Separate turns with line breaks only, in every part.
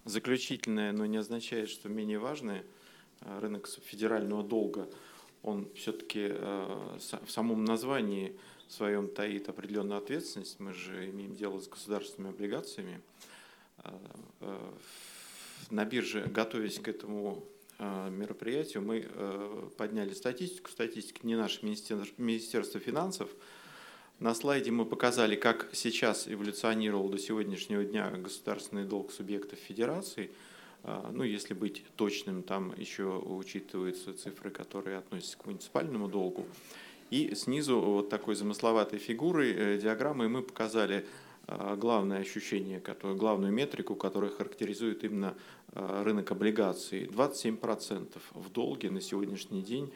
заключительное, но не означает, что менее важное. Рынок федерального долга, он все-таки в самом названии своем таит определенную ответственность. Мы же имеем дело с государственными облигациями. На бирже, готовясь к этому мероприятию, мы подняли статистику. Статистика не наше Министерство финансов. На слайде мы показали, как сейчас эволюционировал до сегодняшнего дня государственный долг субъектов федерации. Ну, если быть точным, там еще учитываются цифры, которые относятся к муниципальному долгу. И снизу вот такой замысловатой фигурой диаграммы мы показали главное ощущение, главную метрику, которая характеризует именно рынок облигаций. 27% в долге на сегодняшний день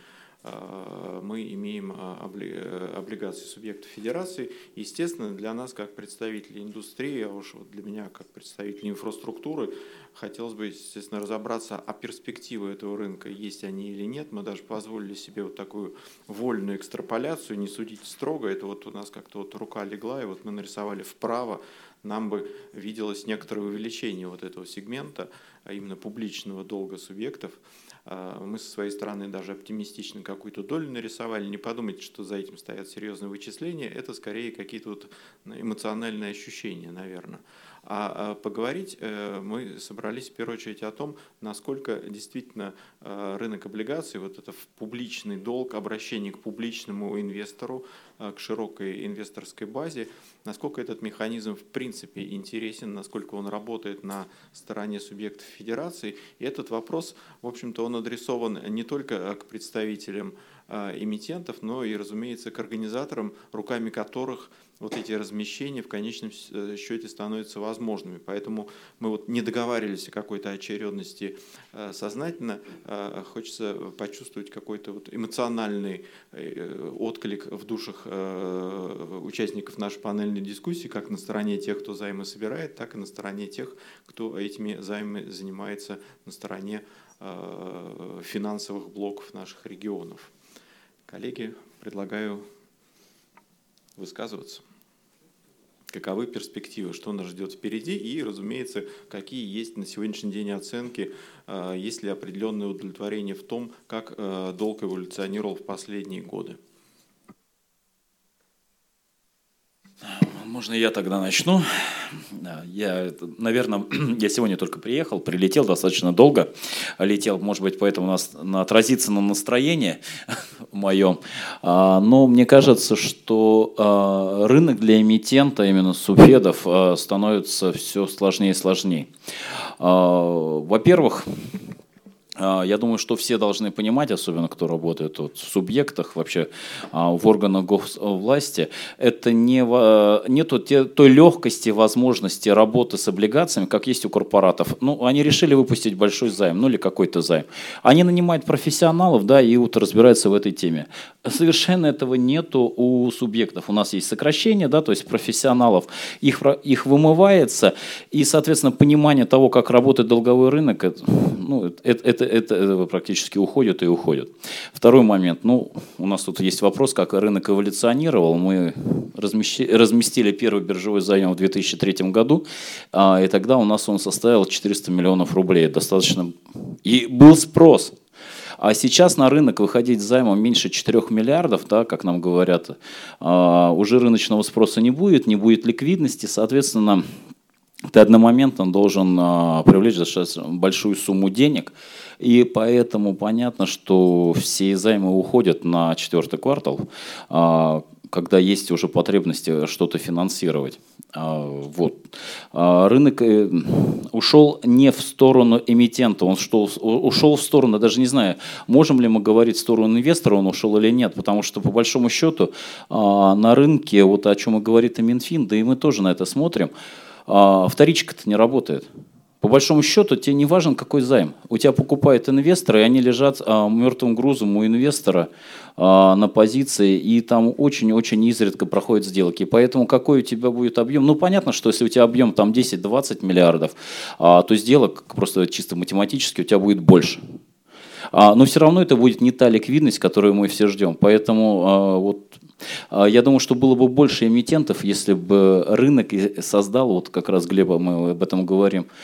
мы имеем облигации субъектов федерации. Естественно, для нас, как представителей индустрии, а уж вот для меня, как представителей инфраструктуры, хотелось бы, естественно, разобраться, а перспективы этого рынка, есть они или нет. Мы даже позволили себе вот такую вольную экстраполяцию, не судить строго. Это вот у нас как-то вот рука легла, и вот мы нарисовали вправо. Нам бы виделось некоторое увеличение вот этого сегмента, а именно публичного долга субъектов. Мы со своей стороны даже оптимистично какую-то долю нарисовали. Не подумайте, что за этим стоят серьезные вычисления. Это скорее какие-то вот эмоциональные ощущения, наверное. А поговорить мы собрались в первую очередь о том, насколько действительно рынок облигаций, вот это публичный долг, обращение к публичному инвестору, к широкой инвесторской базе, насколько этот механизм в принципе интересен, насколько он работает на стороне субъектов федерации. И этот вопрос, в общем-то, он адресован не только к представителям эмитентов, но и, разумеется, к организаторам, руками которых вот эти размещения в конечном счете становятся возможными. Поэтому мы вот не договаривались о какой-то очередности сознательно. Хочется почувствовать какой-то вот эмоциональный отклик в душах участников нашей панельной дискуссии, как на стороне тех, кто займы собирает, так и на стороне тех, кто этими займами занимается на стороне финансовых блоков наших регионов. Коллеги, предлагаю высказываться. Каковы перспективы, что нас ждет впереди и, разумеется, какие есть на сегодняшний день оценки, есть ли определенное удовлетворение в том, как долг эволюционировал в последние годы.
Можно я тогда начну? Наверное, я сегодня только приехал, прилетел достаточно долго, летел, может быть, поэтому у нас отразится на настроении моем. Но мне кажется, что рынок для эмитента, именно субфедов, становится все сложнее и сложнее. Во-первых, я думаю, что все должны понимать, особенно кто работает вот в субъектах, вообще в органах госвласти, это нету той легкости, возможности работы с облигациями, как есть у корпоратов. Ну, они решили выпустить большой займ, ну или какой-то займ. Они нанимают профессионалов, да, и вот разбираются в этой теме. Совершенно этого нету у субъектов. У нас есть сокращение, да, то есть профессионалов, их вымывается, и, соответственно, понимание того, как работает долговой рынок, это практически уходит и уходит. Второй момент. У нас тут есть вопрос, как рынок эволюционировал. Мы разместили первый биржевой займ в 2003 году, и тогда у нас он составил 400 миллионов рублей. Достаточно. И был спрос. А сейчас на рынок выходить с займом меньше 4 миллиардов, да, как нам говорят, уже рыночного спроса не будет ликвидности, соответственно, ты одномоментно должен привлечь достаточно большую сумму денег, и поэтому понятно, что все займы уходят на 4-й квартал, когда есть уже потребности что-то финансировать. Вот. Рынок ушел не в сторону эмитента, он ушел в сторону, даже не знаю, можем ли мы говорить в сторону инвестора, он ушел или нет, потому что по большому счету на рынке, вот о чем и говорит и Минфин, да и мы тоже на это смотрим, вторичка-то не работает. По большому счету, тебе не важен, какой займ. У тебя покупают инвесторы, и они лежат мертвым грузом у инвестора на позиции, и там очень-очень изредка проходят сделки. Поэтому какой у тебя будет объем? Понятно, что если у тебя объем там 10-20 миллиардов, то сделок просто чисто математически у тебя будет больше. Но все равно это будет не та ликвидность, которую мы все ждем. Поэтому я думаю, что было бы больше эмитентов, если бы рынок создал, вот как раз, Глеба, мы об этом говорим,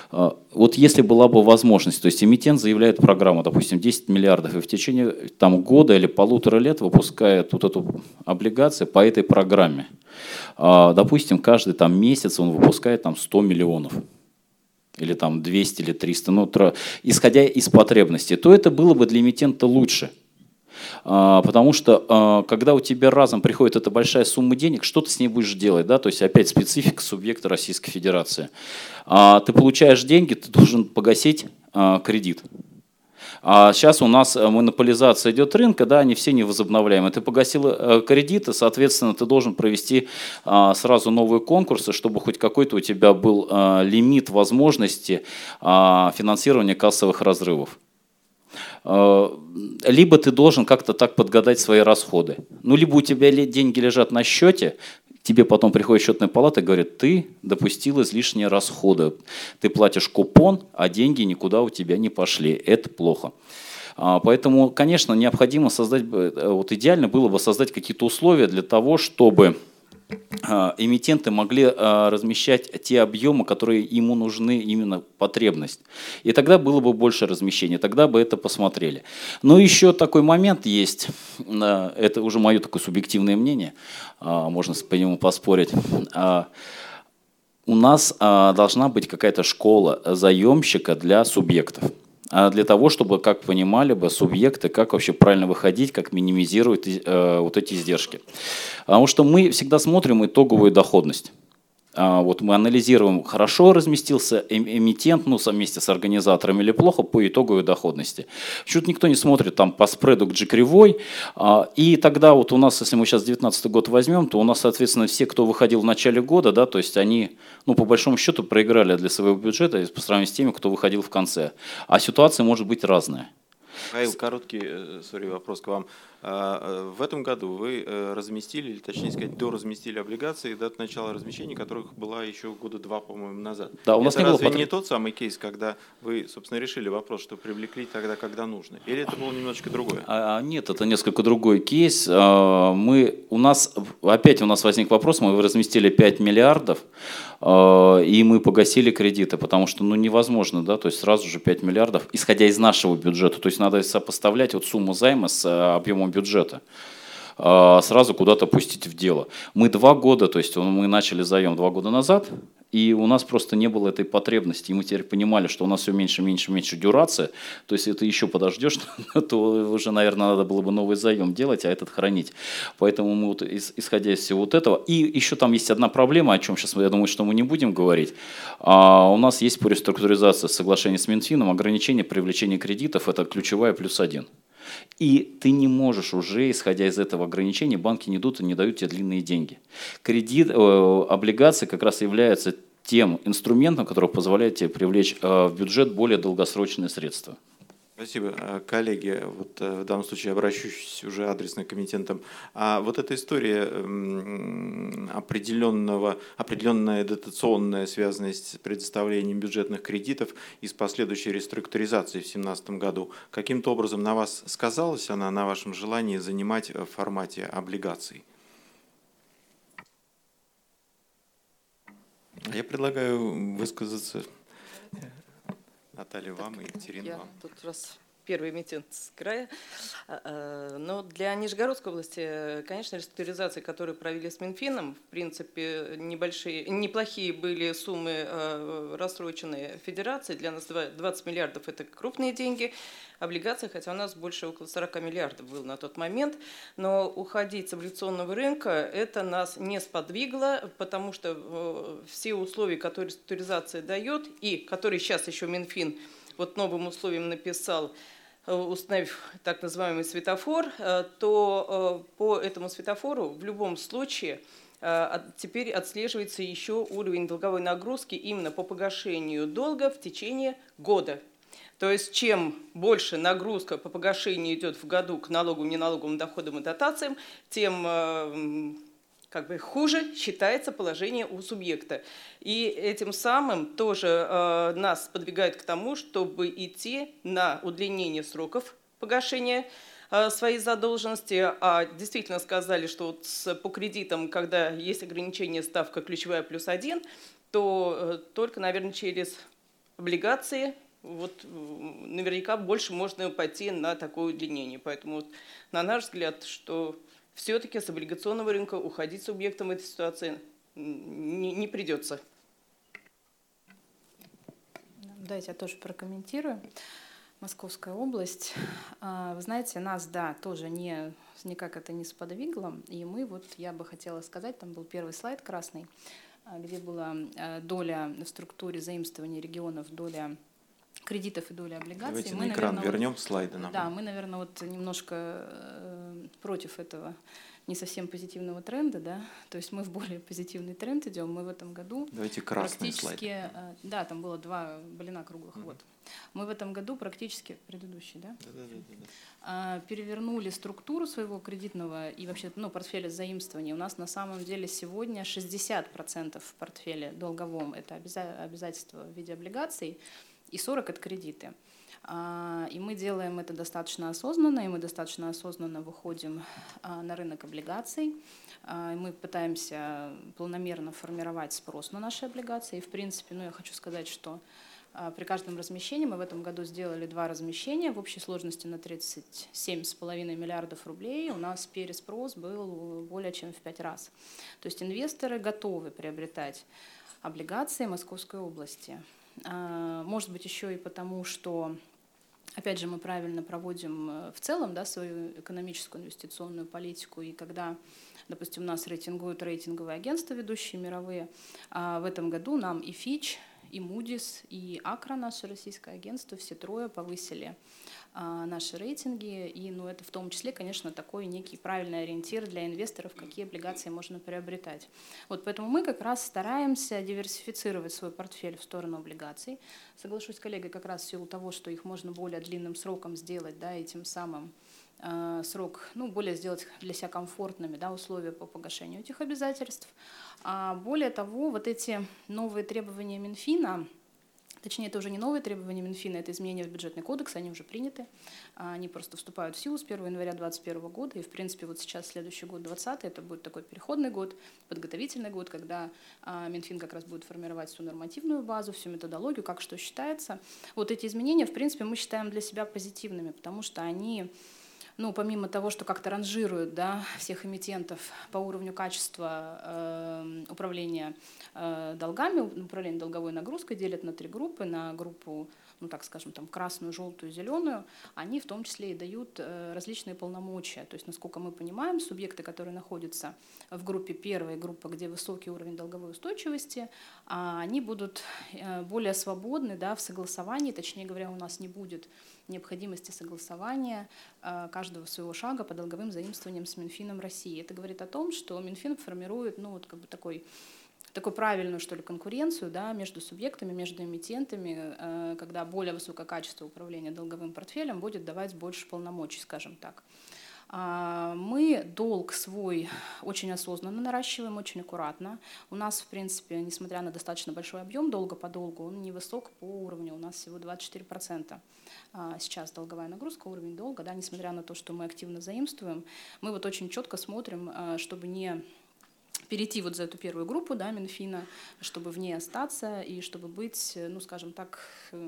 Вот если была бы возможность, то есть эмитент заявляет программу, допустим, 10 миллиардов, и в течение там, года или 1,5 лет выпускает вот эту облигацию по этой программе. Допустим, каждый там, месяц он выпускает там, 100 миллионов. Или там 200 или 300, ну, исходя из потребностей, то это было бы для эмитента лучше. Потому что когда у тебя разом приходит эта большая сумма денег, что ты с ней будешь делать? Да? То есть опять специфика субъекта Российской Федерации. Ты получаешь деньги, ты должен погасить кредит. А сейчас у нас монополизация идет рынка, да, они все невозобновляемые. Ты погасил кредиты, соответственно, ты должен провести сразу новые конкурсы, чтобы хоть какой-то у тебя был лимит возможности финансирования кассовых разрывов. Либо ты должен как-то так подгадать свои расходы. Ну, либо у тебя деньги лежат на счете, тебе потом приходит счетная палата и говорит, ты допустил излишние расходы, ты платишь купон, а деньги никуда у тебя не пошли. Это плохо. Поэтому, конечно, необходимо создать, вот идеально было бы создать какие-то условия для того, чтобы эмитенты могли размещать те объемы, которые ему нужны, именно потребность. И тогда было бы больше размещения, тогда бы это посмотрели. Но еще такой момент есть, это уже мое такое субъективное мнение, можно по нему поспорить. У нас должна быть какая-то школа заемщика для субъектов. Для того, чтобы, как понимали бы субъекты, как вообще правильно выходить, как минимизировать вот эти издержки. Потому что мы всегда смотрим итоговую доходность. Вот мы анализируем, хорошо разместился эмитент, ну, вместе с организатором или плохо по итоговой доходности. Почему-то никто не смотрит там по спреду к G-кривой. И тогда вот у нас, если мы сейчас 2019 год возьмем, то у нас, соответственно, все, кто выходил в начале года, да, то есть они, ну, по большому счету проиграли для своего бюджета по сравнению с теми, кто выходил в конце. А ситуация может быть разная.
Михаил, короткий вопрос к вам. В этом году вы разместили, или точнее сказать, доразместили облигации, дата начала размещения которых была еще года 2, по-моему, назад.
Да, у нас
это
не
разве
было
не тот самый кейс, когда вы, собственно, решили вопрос, что привлекли тогда, когда нужно? Или это было немножечко другое?
Нет, это несколько другой кейс. У нас возник вопрос, мы разместили 5 миллиардов, и мы погасили кредиты, потому что невозможно, да, то есть сразу же 5 миллиардов, исходя из нашего бюджета. То есть надо сопоставлять вот сумму займа с объемом бюджета. Сразу куда-то пустить в дело. Мы 2 года, то есть мы начали заем 2 года назад, и у нас просто не было этой потребности. И мы теперь понимали, что у нас все меньше, меньше, меньше дюрация. То есть если ты еще подождешь, то уже, наверное, надо было бы новый заем делать, а этот хранить. Поэтому мы, вот, исходя из всего вот этого. И еще там есть одна проблема, о чем сейчас, я думаю, что мы не будем говорить. У нас есть по реструктуризации соглашения с Минфином ограничение привлечения кредитов, это ключевая +1. И ты не можешь уже, исходя из этого ограничения, банки не дают тебе длинные деньги. Облигации как раз являются тем инструментом, который позволяет тебе привлечь в бюджет более долгосрочные средства.
Спасибо, коллеги. Вот в данном случае обращусь уже адресно к комитетам. А вот эта история определенная дотационная, связанная с предоставлением бюджетных кредитов и с последующей реструктуризацией в 2017 году, каким-то образом на вас сказалась она, на вашем желании занимать в формате облигаций? Я предлагаю высказаться Наталья вам и Екатерина вам.
Тут раз первый эмитент с края. Но для Нижегородской области, конечно, реструктуризации, которые провели с Минфином, в принципе, неплохие были суммы рассроченные федерации. Для нас 20 миллиардов – это крупные деньги. Облигации, хотя у нас больше около 40 миллиардов было на тот момент, но уходить с облигационного рынка это нас не сподвигло, потому что все условия, которые реструктуризация дает, и которые сейчас еще Минфин вот новым условием написал, установив так называемый светофор, то по этому светофору в любом случае теперь отслеживается еще уровень долговой нагрузки именно по погашению долга в течение года. То есть чем больше нагрузка по погашению идет в году к налоговым, неналоговым доходам и дотациям, тем хуже считается положение у субъекта. И этим самым тоже нас подвигает к тому, чтобы идти на удлинение сроков погашения своей задолженности. А действительно сказали, что вот по кредитам, когда есть ограничение ставка ключевая +1, то только, наверное, через облигации, вот наверняка больше можно пойти на такое удлинение. Поэтому, вот, на наш взгляд, что все-таки с облигационного рынка уходить субъектам этой ситуации не придется.
Давайте я тоже прокомментирую. Московская область. Вы знаете, нас, да, тоже никак это не сподвигло. И мы, вот я бы хотела сказать, там был первый слайд красный, где была доля в структуре заимствования регионов, доля кредитов и доля облигаций.
Давайте
мы,
на экран
наверное,
вернем слайды нам.
Да, мы, наверное, вот немножко против этого не совсем позитивного тренда, да, то есть мы в более позитивный тренд идем. Мы в этом году
Давайте красный слайд.
Да, там было 2 блина круглых, вот. Мы в этом году практически, предыдущий, да? Да. Перевернули структуру своего кредитного и вообще портфеля заимствований. У нас на самом деле сегодня 60% в портфеле долговом – это обязательства в виде облигаций, и 40% – это кредиты. И мы делаем это достаточно осознанно, и мы достаточно осознанно выходим на рынок облигаций. Мы пытаемся планомерно формировать спрос на наши облигации. И, в принципе, я хочу сказать, что при каждом размещении мы в этом году сделали 2 размещения в общей сложности на 37,5 миллиардов рублей. У нас переспрос был более чем в 5 раз. То есть инвесторы готовы приобретать облигации Московской области. Может быть, еще и потому, что, опять же, мы правильно проводим в целом, да, свою экономическую инвестиционную политику. И когда, допустим, нас рейтингуют рейтинговые агентства, ведущие мировые, в этом году нам и Fitch, и Moody's, и Акра, наше российское агентство, все 3 повысили наши рейтинги. И это в том числе, конечно, такой некий правильный ориентир для инвесторов, какие облигации можно приобретать. Вот поэтому мы как раз стараемся диверсифицировать свой портфель в сторону облигаций. Соглашусь с коллегой, как раз в силу того, что их можно более длинным сроком сделать, да, и тем самым срок, более сделать для себя комфортными, да, условия по погашению этих обязательств. Более того, вот эти новые требования Минфина, точнее, это уже не новые требования Минфина, это изменения в бюджетный кодекс, они уже приняты, они просто вступают в силу с 1 января 2021 года, и, в принципе, вот сейчас следующий год, 2020, это будет такой переходный год, подготовительный год, когда Минфин как раз будет формировать всю нормативную базу, всю методологию, как что считается. Вот эти изменения, в принципе, мы считаем для себя позитивными, потому что они, помимо того, что как-то ранжируют, да, всех эмитентов по уровню качества управления долгами, управления долговой нагрузкой, делят на 3 группы, на группу, так скажем, там, красную, желтую, зеленую, они в том числе и дают различные полномочия. То есть, насколько мы понимаем, субъекты, которые находятся в группе 1, группа, где высокий уровень долговой устойчивости, они будут более свободны, да, в согласовании, точнее говоря, у нас не будет необходимости согласования каждого своего шага по долговым заимствованиям с Минфином России. Это говорит о том, что Минфин формирует такую правильную, что ли, конкуренцию, да, между субъектами, между эмитентами, когда более высокое качество управления долговым портфелем будет давать больше полномочий, скажем так. Мы долг свой очень осознанно наращиваем, очень аккуратно. У нас, в принципе, несмотря на достаточно большой объем долга по долгу, он невысок по уровню, у нас всего 24% сейчас долговая нагрузка, уровень долга, да, несмотря на то, что мы активно заимствуем, мы вот очень четко смотрим, чтобы не перейти вот за эту первую группу, да, Минфина, чтобы в ней остаться и чтобы быть, скажем так,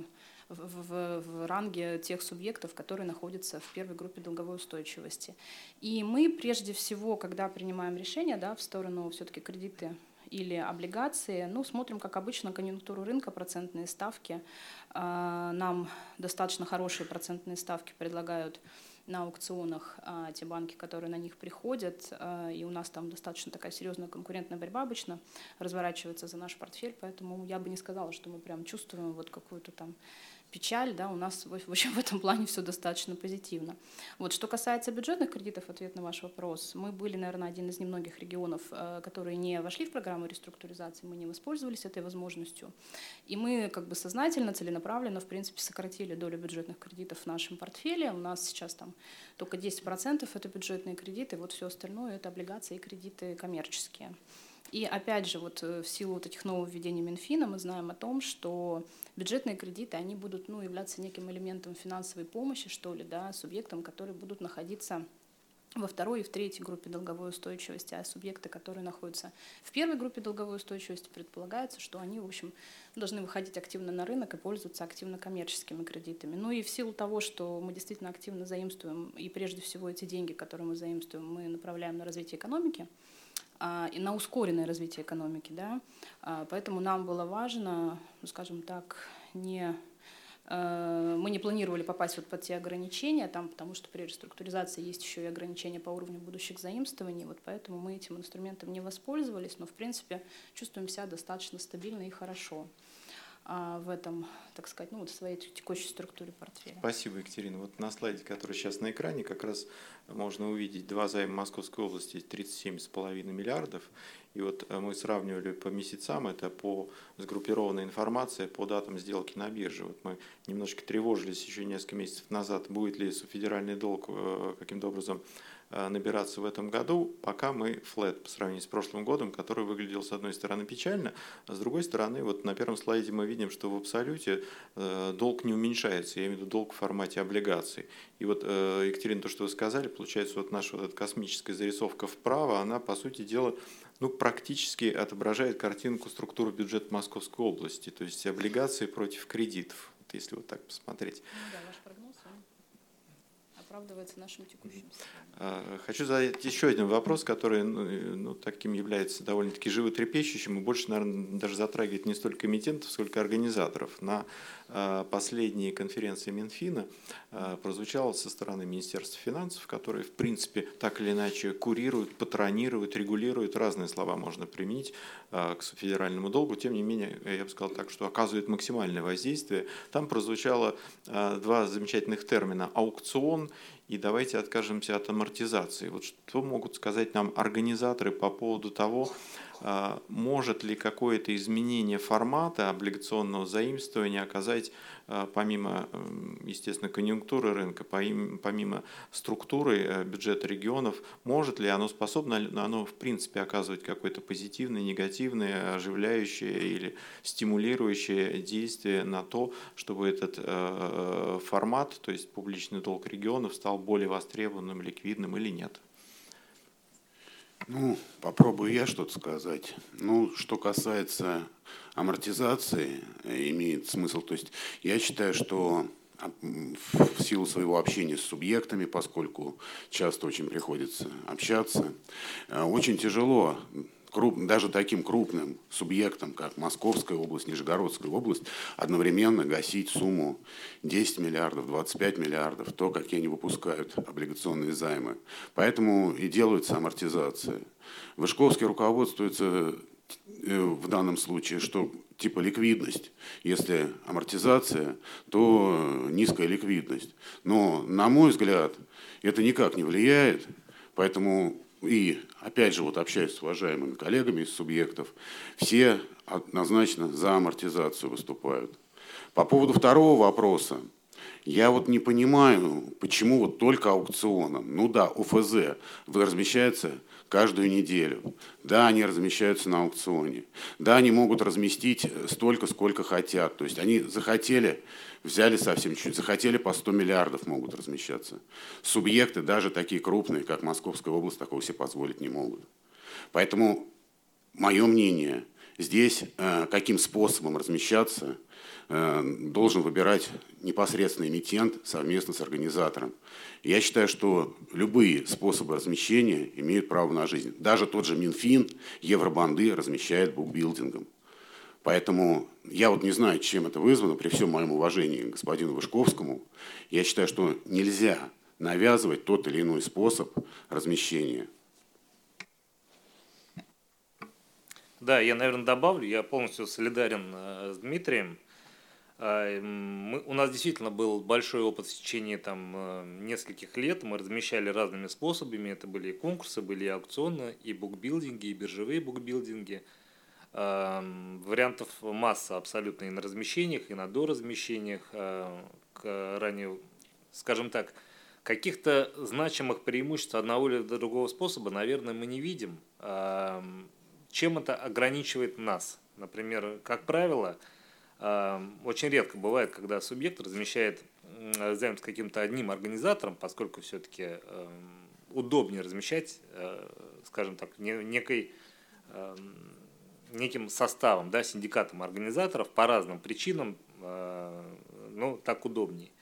в ранге тех субъектов, которые находятся в первой группе долговой устойчивости. И мы прежде всего, когда принимаем решение, да, в сторону все-таки кредиты или облигации, смотрим, как обычно, конъюнктуру рынка, процентные ставки. Нам достаточно хорошие процентные ставки предлагают на аукционах те банки, которые на них приходят, и у нас там достаточно такая серьезная конкурентная борьба обычно разворачивается за наш портфель, поэтому я бы не сказала, что мы прям чувствуем вот какую-то там печаль, да, у нас в общем в этом плане все достаточно позитивно. Вот, что касается бюджетных кредитов, ответ на ваш вопрос, мы были, наверное, один из немногих регионов, которые не вошли в программу реструктуризации, мы не воспользовались этой возможностью, и мы как бы сознательно, целенаправленно, в принципе, сократили долю бюджетных кредитов в нашем портфеле. У нас сейчас там только 10% это бюджетные кредиты, вот все остальное это облигации и кредиты коммерческие. И опять же, вот в силу вот этих нововведений Минфина мы знаем о том, что бюджетные кредиты, они будут являться неким элементом финансовой помощи, что ли, да, субъектам, которые будут находиться во второй и в третьей группе долговой устойчивости, а субъекты, которые находятся в первой группе долговой устойчивости, предполагается, что они, в общем, должны выходить активно на рынок и пользоваться активно коммерческими кредитами. Ну и в силу того, что мы действительно активно заимствуем, и прежде всего эти деньги, которые мы заимствуем, мы направляем на развитие экономики, и на ускоренное развитие экономики, да, поэтому нам было важно, ну, скажем так, мы не планировали попасть вот под те ограничения, там, потому что при реструктуризации есть еще и ограничения по уровню будущих заимствований, вот поэтому мы этим инструментом не воспользовались, но в принципе чувствуем себя достаточно стабильно и хорошо в этом, так сказать, ну, вот в своей текущей структуре портфеля.
Спасибо, Екатерина. Вот на слайде, который сейчас на экране, как раз можно увидеть два займа Московской области 37,5 миллиардов. И вот мы сравнивали по месяцам, это по сгруппированной информации по датам сделки на бирже. Вот мы немножко тревожились еще несколько месяцев назад, будет ли федеральный долг каким-то образом набираться в этом году, пока мы флэт по сравнению с прошлым годом, который выглядел с одной стороны печально, а с другой стороны, вот на первом слайде мы видим, что в абсолюте долг не уменьшается, я имею в виду долг в формате облигаций. И вот, Екатерина, то, что вы сказали, получается, вот наша вот эта космическая зарисовка вправо, она, по сути дела, ну, практически отображает картинку структуры бюджета Московской области, то есть облигации против кредитов, вот если вот так посмотреть.
Ну, да, ваш прогноз, он оправдывается нашим текущим состоянием.
Хочу задать еще один вопрос, который ну, таким является довольно-таки животрепещущим и больше, наверное, даже затрагивает не столько эмитентов, сколько организаторов. На последней конференции Минфина прозвучало со стороны Министерства финансов, которые, в принципе, так или иначе курируют, патронируют, регулируют, разные слова можно применить к федеральному долгу, тем не менее, я бы сказал так, что оказывает максимальное воздействие. Там прозвучало два замечательных термина – аукцион и давайте откажемся от амортизации. Вот что могут сказать нам организаторы по поводу того, может ли какое-то изменение формата облигационного заимствования оказать, помимо, естественно, конъюнктуры рынка, помимо структуры бюджета регионов, может ли оно способно, оно в принципе оказывать какое-то позитивное, негативное, оживляющее или стимулирующее действие на то, чтобы этот формат, то есть публичный долг регионов, стал более востребованным, ликвидным или нет?
Ну, попробую я что-то сказать. Ну, что касается амортизации, имеет смысл. То есть я считаю, что в силу своего общения с субъектами, поскольку часто очень приходится общаться, очень тяжело даже таким крупным субъектам, как Московская область, Нижегородская область, одновременно гасить сумму 10 миллиардов, 25 миллиардов, то, какие они выпускают облигационные займы. Поэтому и делается амортизация. Вышковский руководствуется в данном случае, что типа ликвидность. Если амортизация, то низкая ликвидность. Но, на мой взгляд, это никак не влияет, поэтому... И, опять же, вот общаюсь с уважаемыми коллегами из субъектов, все однозначно за амортизацию выступают. По поводу второго вопроса, я вот не понимаю, почему вот только аукционом. Ну да, ОФЗ размещается каждую неделю. Да, они размещаются на аукционе. Да, они могут разместить столько, сколько хотят. То есть они захотели, взяли совсем чуть, захотели по 100 миллиардов могут размещаться. Субъекты, даже такие крупные, как Московская область, такого себе позволить не могут. Поэтому, мое мнение, здесь каким способом размещаться должен выбирать непосредственно эмитент совместно с организатором. Я считаю, что любые способы размещения имеют право на жизнь. Даже тот же Минфин евробанды размещает букбилдингом. Поэтому я вот не знаю, чем это вызвано, при всем моем уважении к господину Вышковскому. Я считаю, что нельзя навязывать тот или иной способ размещения.
Да, я, наверное, добавлю, я полностью солидарен с Дмитрием. У нас действительно был большой опыт в течение нескольких лет. Мы размещали разными способами. Это были и конкурсы, были и аукционы, и букбилдинги, и биржевые букбилдинги. Вариантов масса абсолютно и на размещениях, и на доразмещениях. Ранее, скажем так, каких-то значимых преимуществ одного или другого способа, наверное, мы не видим. Чем это ограничивает нас? Например, как правило, очень редко бывает, когда субъект размещает займ с каким-то одним организатором, поскольку все-таки удобнее размещать, скажем так, неким составом, да, синдикатом организаторов по разным причинам, так удобнее.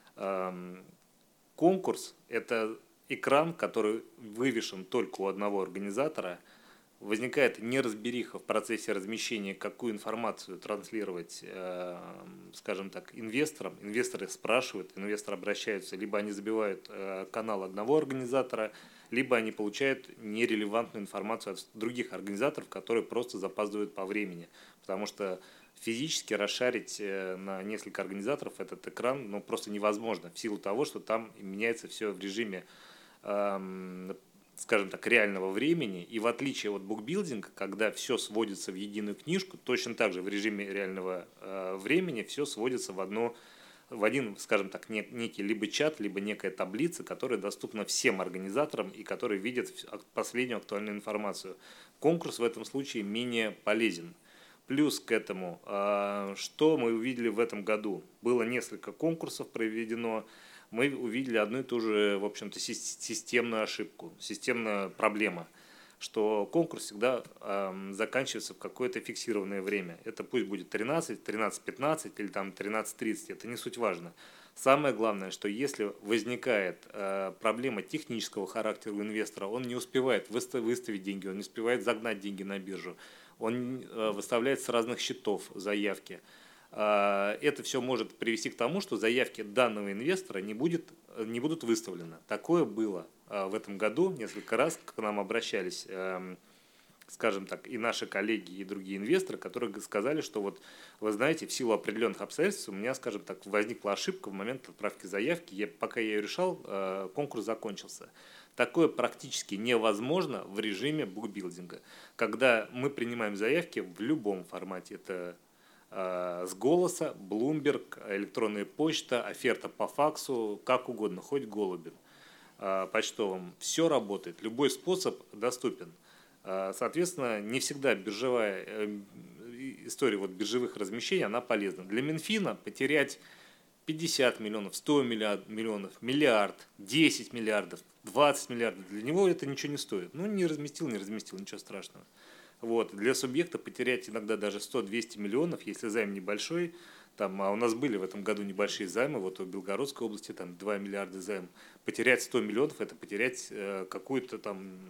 Конкурс – это экран, который вывешен только у одного организатора. Возникает неразбериха в процессе размещения, какую информацию транслировать, скажем так, инвесторам. Инвесторы спрашивают, инвесторы обращаются, либо они забивают канал одного организатора, либо они получают нерелевантную информацию от других организаторов, которые просто запаздывают по времени. Потому что физически расшарить на несколько организаторов этот экран просто невозможно, в силу того, что там меняется все в режиме, скажем так, реального времени. И в отличие от букбилдинга, когда все сводится в единую книжку, точно так же в режиме реального времени все сводится в один, скажем так, некий либо чат, либо некая таблица, которая доступна всем организаторам и которые видят последнюю актуальную информацию. Конкурс в этом случае менее полезен. Плюс к этому, что мы увидели в этом году? Было несколько конкурсов проведено. Мы увидели одну и ту же, в общем-то, системную ошибку, системная проблема, что конкурс всегда заканчивается в какое-то фиксированное время. Это пусть будет 13, 13:15 или там 13:30, это не суть важно. Самое главное, что если возникает проблема технического характера у инвестора, он не успевает выставить деньги, он не успевает загнать деньги на биржу, он выставляет с разных счетов заявки. Это все может привести к тому, что заявки данного инвестора не будут выставлены. Такое было в этом году, несколько раз к нам обращались, скажем так, и наши коллеги, и другие инвесторы, которые сказали, что вот, вы знаете, в силу определенных обстоятельств у меня, скажем так, возникла ошибка в момент отправки заявки, пока я ее решал, конкурс закончился. Такое практически невозможно в режиме букбилдинга, когда мы принимаем заявки в любом формате. Это с голоса, Bloomberg, электронная почта, оферта по факсу, как угодно, хоть голубем, почтовым. Все работает, любой способ доступен. Соответственно, не всегда биржевая история биржевых размещений, она полезна. Для Минфина потерять 50 миллионов, 100 миллионов, миллиард, 10 миллиардов, 20 миллиардов, для него это ничего не стоит. Не разместил, ничего страшного. Для субъекта потерять иногда даже 100-200 миллионов, если займ небольшой, а у нас были в этом году небольшие займы, в Белгородской области 2 миллиарда займ, потерять 100 миллионов, это потерять какую-то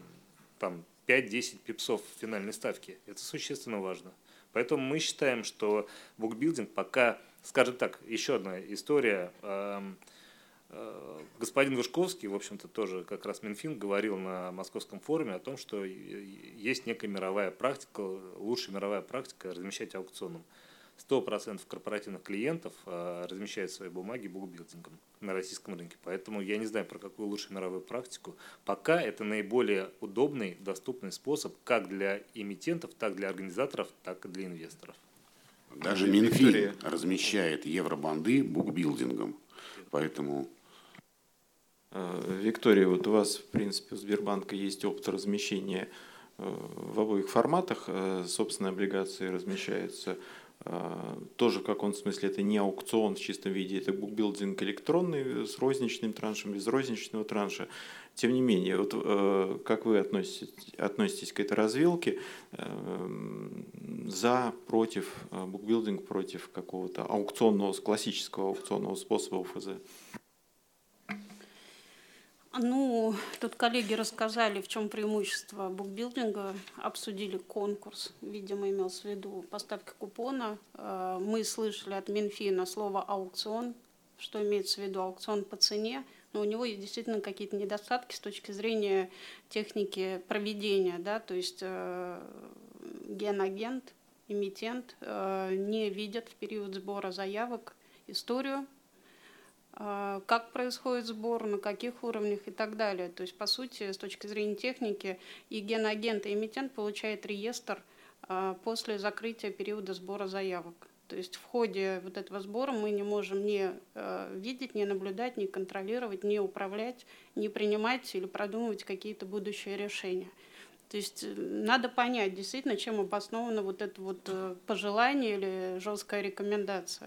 5-10 пипсов финальной ставки. Это существенно важно. Поэтому мы считаем, что букбилдинг пока, скажем так, еще одна история. Господин Вышковский, в общем-то, тоже как раз Минфин говорил на Московском форуме о том, что есть некая мировая практика, лучшая мировая практика размещать аукционом. 100% корпоративных клиентов размещают свои бумаги букбилдингом на российском рынке. Поэтому я не знаю, про какую лучшую мировую практику. Пока это наиболее удобный, доступный способ как для эмитентов, так для организаторов, так и для инвесторов.
Даже Минфин размещает евробанды букбилдингом. Поэтому...
Виктория, у вас, в принципе, у Сбербанка есть опыт размещения в обоих форматах. Собственные облигации размещаются тоже в каком-то смысле. Это не аукцион в чистом виде, это букбилдинг электронный с розничным траншем, без розничного транша. Тем не менее, как вы относитесь к этой развилке? За, против, букбилдинг против какого-то аукционного, классического аукционного способа ОФЗ?
Тут коллеги рассказали, в чем преимущество букбилдинга, обсудили конкурс, видимо, имелся в виду поставки купона. Мы слышали от Минфина слово «аукцион», что имеется в виду аукцион по цене, но у него есть действительно какие-то недостатки с точки зрения техники проведения, да, то есть генагент, эмитент не видят в период сбора заявок историю, как происходит сбор, на каких уровнях и так далее. То есть, по сути, с точки зрения техники, и генагент, и эмитент получает реестр после закрытия периода сбора заявок. То есть в ходе этого сбора мы не можем ни видеть, ни наблюдать, ни контролировать, ни управлять, ни принимать или продумывать какие-то будущие решения. То есть надо понять действительно, чем обосновано это пожелание или жесткая рекомендация.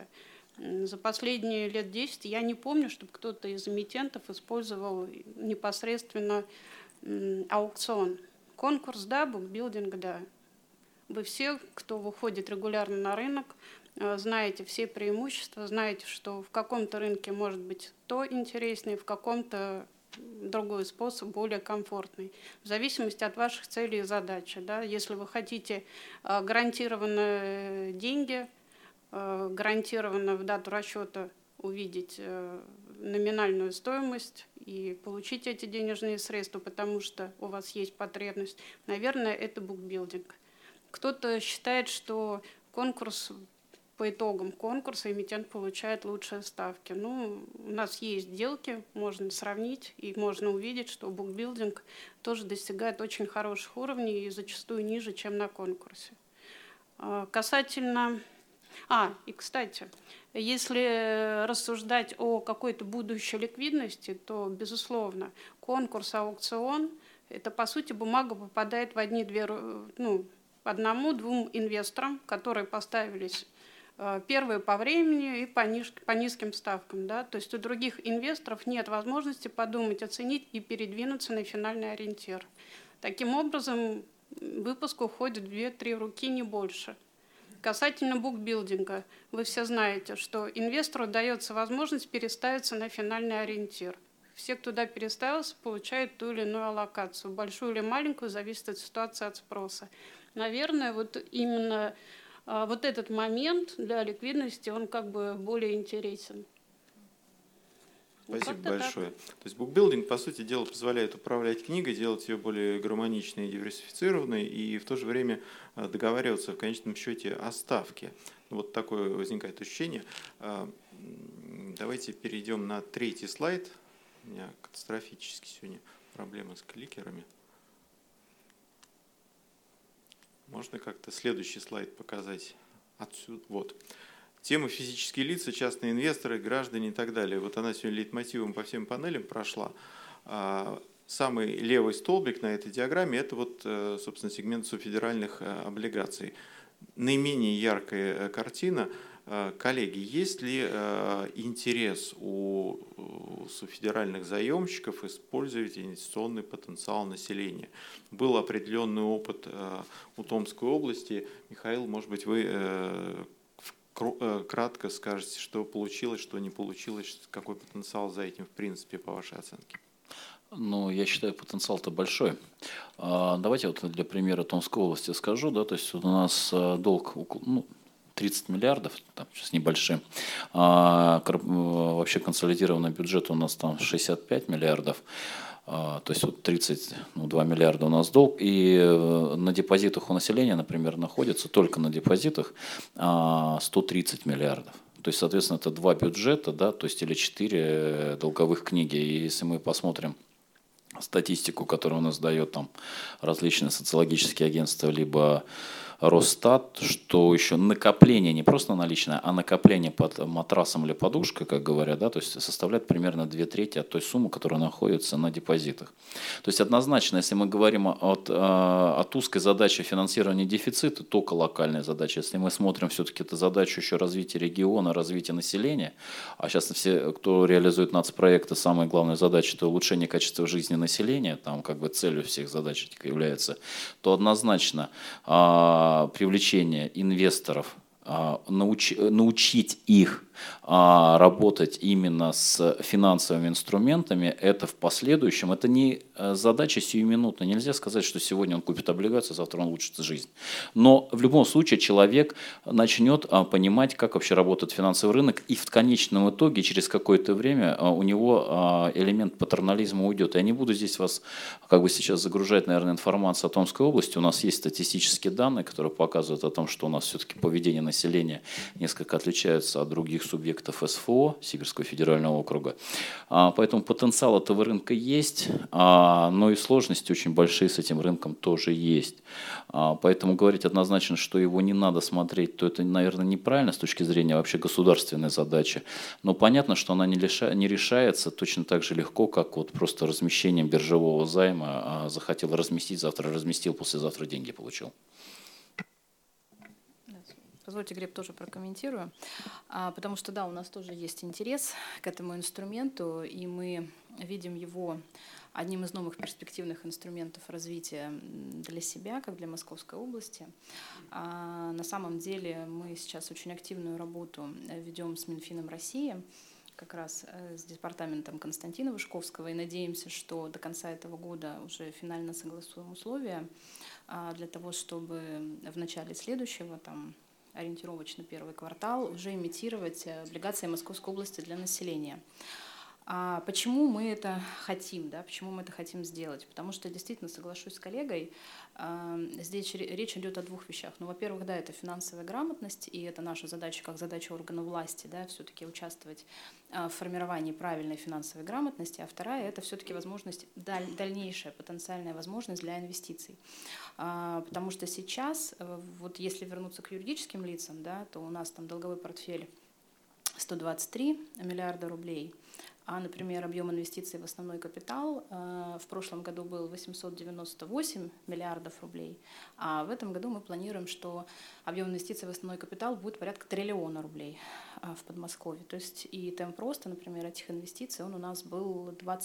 За последние лет 10 я не помню, чтобы кто-то из эмитентов использовал непосредственно аукцион. Конкурс, да, букбилдинг, да. Вы все, кто выходит регулярно на рынок, знаете все преимущества, знаете, что в каком-то рынке может быть то интереснее, в каком-то другой способ, более комфортный, в зависимости от ваших целей и задач. Да? Если вы хотите гарантированно деньги, гарантированно в дату расчета увидеть номинальную стоимость и получить эти денежные средства, потому что у вас есть потребность, наверное, это букбилдинг. Кто-то считает, что конкурс, по итогам конкурса эмитент получает лучшие ставки. Ну, у нас есть сделки, можно сравнить и можно увидеть, что букбилдинг тоже достигает очень хороших уровней и зачастую ниже, чем на конкурсе. Касательно... и, кстати, если рассуждать о какой-то будущей ликвидности, то, безусловно, конкурс, аукцион – это, по сути, бумага попадает в одному-двум инвесторам, которые поставились первые по времени и по низким ставкам. Да? То есть у других инвесторов нет возможности подумать, оценить и передвинуться на финальный ориентир. Таким образом, выпуск уходит 2-3 руки, не больше. Касательно букбилдинга, вы все знаете, что инвестору дается возможность переставиться на финальный ориентир. Все, кто туда переставился, получают ту или иную аллокацию, большую или маленькую, зависит от ситуации, от спроса. Наверное, вот именно вот этот момент для ликвидности, он как бы более интересен.
Спасибо большое. То есть букбилдинг, по сути дела, позволяет управлять книгой, делать ее более гармоничной и диверсифицированной, и в то же время договариваться в конечном счете о ставке. Вот такое возникает ощущение. Давайте перейдем на 3-й слайд. У меня катастрофически сегодня проблемы с кликерами. Можно как-то следующий слайд показать отсюда? Вот. Тема физические лица, частные инвесторы, граждане и так далее. Вот она сегодня лейтмотивом по всем панелям прошла. Самый левый столбик на этой диаграмме – это вот, собственно, сегмент субфедеральных облигаций. Наименее яркая картина. Коллеги, есть ли интерес у субфедеральных заемщиков использовать инвестиционный потенциал населения? Был определенный опыт у Томской области. Михаил, может быть, вы кратко скажете, что получилось, что не получилось, какой потенциал за этим, в принципе, по вашей оценке?
Ну, я считаю, потенциал-то большой. Давайте вот для примера Томской области скажу, да, то есть у нас долг 30 миллиардов, там, сейчас небольшим, вообще консолидированный бюджет у нас там 65 миллиардов, то есть вот 2 миллиарда у нас долг, и на депозитах у населения, например, находится только на депозитах 130 миллиардов. То есть, соответственно, это 2 бюджета, да, то есть или 4 долговых книги. И если мы посмотрим статистику, которую у нас дает там различные социологические агентства, либо Росстат, что еще накопление, не просто наличное, а накопление под матрасом или подушкой, как говорят, да, то есть составляет примерно 2/3 от той суммы, которая находится на депозитах. То есть однозначно, если мы говорим от узкой задачи финансирования дефицита, только локальная задача. Если мы смотрим все-таки эту задачу еще развития региона, развития населения, а сейчас все, кто реализует нацпроекты, самая главная задача – это улучшение качества жизни населения, там как бы целью всех задач является, то однозначно привлечение инвесторов, научить их работать именно с финансовыми инструментами, это в последующем, это не задача сиюминутная. Нельзя сказать, что сегодня он купит облигацию, завтра он улучшит жизнь. Но в любом случае человек начнет понимать, как вообще работает финансовый рынок, и в конечном итоге через какое-то время у него элемент патернализма уйдет. Я не буду здесь вас как бы сейчас загружать, наверное, информацию о Томской области. У нас есть статистические данные, которые показывают о том, что у нас все-таки поведение населения несколько отличается от других субъектов СФО, Сибирского федерального округа. Поэтому потенциал этого рынка есть, но и сложности очень большие с этим рынком тоже есть. Поэтому говорить однозначно, что его не надо смотреть, то это, наверное, неправильно с точки зрения вообще государственной задачи. Но понятно, что она не решается точно так же легко, как вот просто размещением биржевого займа. Захотел разместить, завтра разместил, послезавтра деньги получил.
Позвольте, Глеб, тоже прокомментирую. Потому что, да, у нас тоже есть интерес к этому инструменту, и мы видим его одним из новых перспективных инструментов развития для себя, как для Московской области. На самом деле мы сейчас очень активную работу ведем с Минфином России, как раз с департаментом Константина Вышковского, и надеемся, что до конца этого года уже финально согласуем условия для того, чтобы в начале следующего, там, ориентировочно первый квартал, уже имитировать облигации Московской области для населения. Почему мы это хотим, да? Почему мы это хотим сделать? Потому что, действительно, соглашусь с коллегой, здесь речь идет о двух вещах. Ну, во-первых, да, это финансовая грамотность, и это наша задача, как задача органов власти, да, все-таки участвовать в формировании правильной финансовой грамотности, а вторая – это все-таки возможность, дальнейшая потенциальная возможность для инвестиций. Потому что сейчас, вот если вернуться к юридическим лицам, да, то у нас там долговой портфель 123 миллиарда рублей, а, например, объем инвестиций в основной капитал в прошлом году был 898 миллиардов рублей, а в этом году мы планируем, что объем инвестиций в основной капитал будет порядка 1 триллиона рублей в Подмосковье. То есть и темп роста, например, этих инвестиций, он у нас был